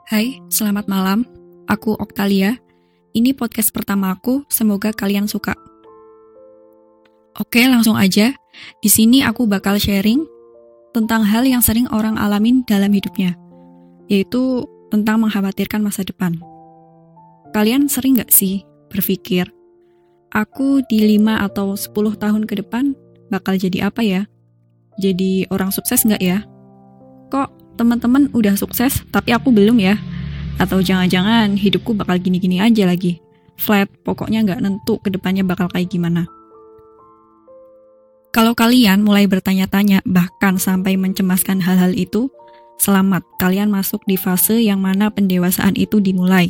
Hai, selamat malam. Aku Oktalia. Ini podcast pertama aku, semoga kalian suka. Oke, langsung aja. Di sini aku bakal sharing tentang hal yang sering orang alamin dalam hidupnya, yaitu tentang mengkhawatirkan masa depan. Kalian sering gak sih berpikir, aku di 5 atau 10 tahun ke depan bakal jadi apa ya? Jadi orang sukses gak ya? Kok teman-teman udah sukses tapi aku belum ya? Atau jangan-jangan hidupku bakal gini-gini aja lagi? Flat, pokoknya gak nentu ke depannya bakal kayak gimana. Kalau kalian mulai bertanya-tanya bahkan sampai mencemaskan hal-hal itu, selamat, kalian masuk di fase yang mana pendewasaan itu dimulai.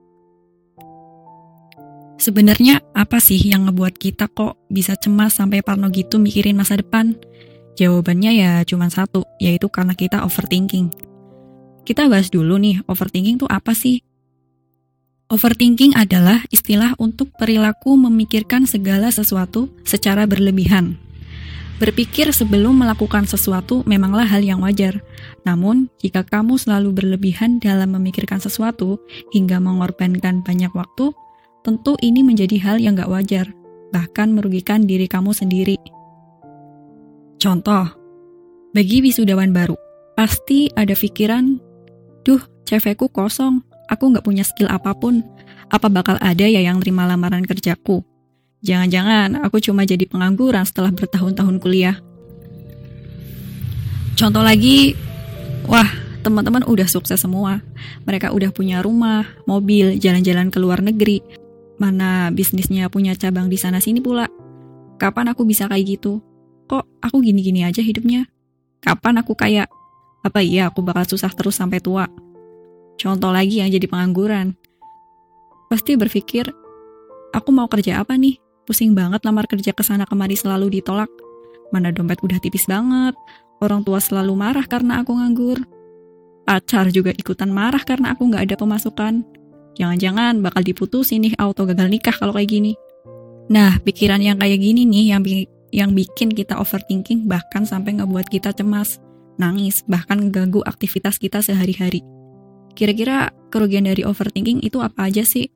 Sebenarnya apa sih yang ngebuat kita kok bisa cemas sampai parno gitu mikirin masa depan? Jawabannya ya cuma satu, yaitu karena kita overthinking. Kita bahas dulu nih, overthinking tuh apa sih? Overthinking adalah istilah untuk perilaku memikirkan segala sesuatu secara berlebihan. Berpikir sebelum melakukan sesuatu memanglah hal yang wajar. Namun, jika kamu selalu berlebihan dalam memikirkan sesuatu hingga mengorbankan banyak waktu, tentu ini menjadi hal yang gak wajar, bahkan merugikan diri kamu sendiri. Contoh, bagi wisudawan baru, pasti ada pikiran, duh, CV-ku kosong, aku gak punya skill apapun, apa bakal ada ya yang terima lamaran kerjaku? Jangan-jangan aku cuma jadi pengangguran setelah bertahun-tahun kuliah. Contoh lagi, wah, teman-teman udah sukses semua. Mereka udah punya rumah, mobil, jalan-jalan ke luar negeri. Mana bisnisnya punya cabang di sana-sini pula. Kapan aku bisa kayak gitu? Kok aku gini-gini aja hidupnya? Kapan aku kayak, apa iya aku bakal susah terus sampai tua? Contoh lagi yang jadi pengangguran. Pasti berpikir, aku mau kerja apa nih? Pusing banget lamar kerja kesana kemari selalu ditolak. Mana dompet udah tipis banget. Orang tua selalu marah karena aku nganggur. Pacar juga ikutan marah karena aku gak ada pemasukan. Jangan-jangan bakal diputusin nih auto gagal nikah kalau kayak gini. Nah, pikiran yang kayak gini nih yang bikin kita overthinking bahkan sampai ngebuat kita cemas, nangis, bahkan mengganggu aktivitas kita sehari-hari. Kira-kira kerugian dari overthinking itu apa aja sih?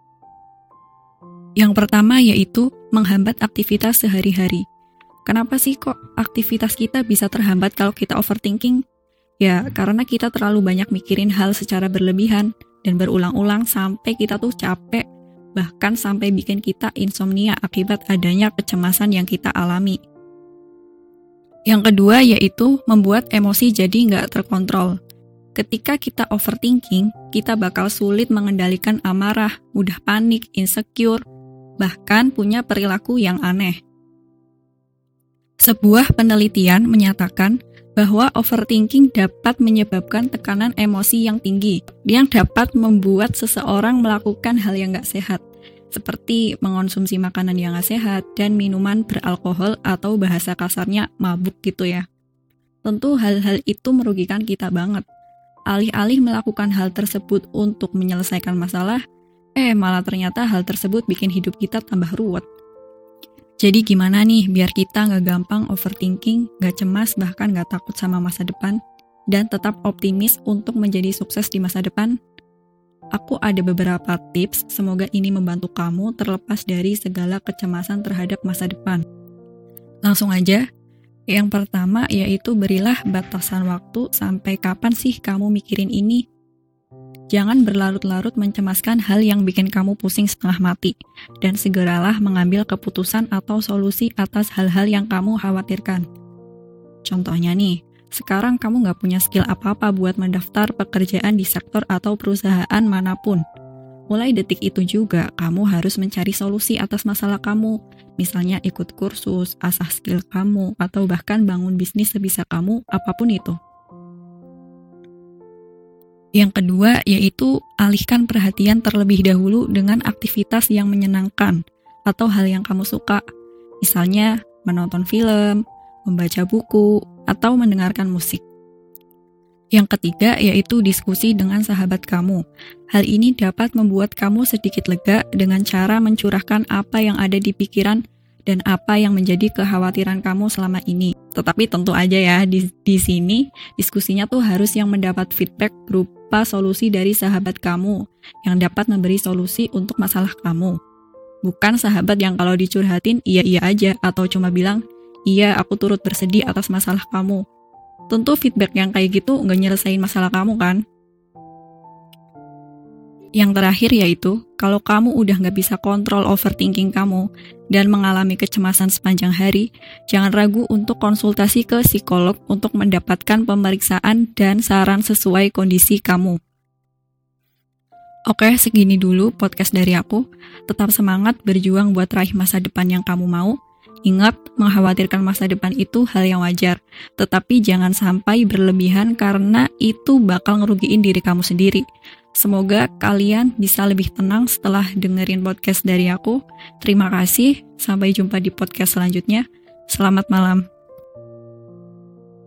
Yang pertama yaitu menghambat aktivitas sehari-hari. Kenapa sih kok aktivitas kita bisa terhambat kalau kita overthinking? Ya, karena kita terlalu banyak mikirin hal secara berlebihan dan berulang-ulang sampai kita tuh capek, bahkan sampai bikin kita insomnia akibat adanya kecemasan yang kita alami. Yang kedua yaitu membuat emosi jadi nggak terkontrol. Ketika kita overthinking, kita bakal sulit mengendalikan amarah, mudah panik, insecure, bahkan punya perilaku yang aneh. Sebuah penelitian menyatakan bahwa overthinking dapat menyebabkan tekanan emosi yang tinggi, yang dapat membuat seseorang melakukan hal yang gak sehat, seperti mengonsumsi makanan yang gak sehat dan minuman beralkohol atau bahasa kasarnya mabuk gitu ya. Tentu hal-hal itu merugikan kita banget. Alih-alih melakukan hal tersebut untuk menyelesaikan masalah, malah ternyata hal tersebut bikin hidup kita tambah ruwet. Jadi gimana nih biar kita gak gampang overthinking, gak cemas, bahkan gak takut sama masa depan, dan tetap optimis untuk menjadi sukses di masa depan? Aku ada beberapa tips, semoga ini membantu kamu terlepas dari segala kecemasan terhadap masa depan. Langsung aja, yang pertama yaitu berilah batasan waktu sampai kapan sih kamu mikirin ini. Jangan berlarut-larut mencemaskan hal yang bikin kamu pusing setengah mati, dan segeralah mengambil keputusan atau solusi atas hal-hal yang kamu khawatirkan. Contohnya nih, sekarang kamu gak punya skill apa-apa buat mendaftar pekerjaan di sektor atau perusahaan manapun. Mulai detik itu juga, kamu harus mencari solusi atas masalah kamu, misalnya ikut kursus, asah skill kamu, atau bahkan bangun bisnis sebisa kamu, apapun itu. Yang kedua yaitu alihkan perhatian terlebih dahulu dengan aktivitas yang menyenangkan atau hal yang kamu suka. Misalnya menonton film, membaca buku, atau mendengarkan musik. Yang ketiga yaitu diskusi dengan sahabat kamu. Hal ini dapat membuat kamu sedikit lega dengan cara mencurahkan apa yang ada di pikiran dan apa yang menjadi kekhawatiran kamu selama ini. Tetapi tentu aja ya, di sini diskusinya tuh harus yang mendapat feedback berupa berupa solusi dari sahabat kamu yang dapat memberi solusi untuk masalah kamu. Bukan sahabat yang kalau dicurhatin iya-iya aja atau cuma bilang, iya aku turut bersedih atas masalah kamu. Tentu feedback yang kayak gitu nggak nyelesain masalah kamu kan? Yang terakhir yaitu, kalau kamu udah nggak bisa kontrol overthinking kamu dan mengalami kecemasan sepanjang hari, jangan ragu untuk konsultasi ke psikolog untuk mendapatkan pemeriksaan dan saran sesuai kondisi kamu. Oke, segini dulu podcast dari aku. Tetap semangat berjuang buat raih masa depan yang kamu mau. Ingat, mengkhawatirkan masa depan itu hal yang wajar. Tetapi jangan sampai berlebihan karena itu bakal ngerugiin diri kamu sendiri. Semoga kalian bisa lebih tenang setelah dengerin podcast dari aku. Terima kasih, sampai jumpa di podcast selanjutnya. Selamat malam.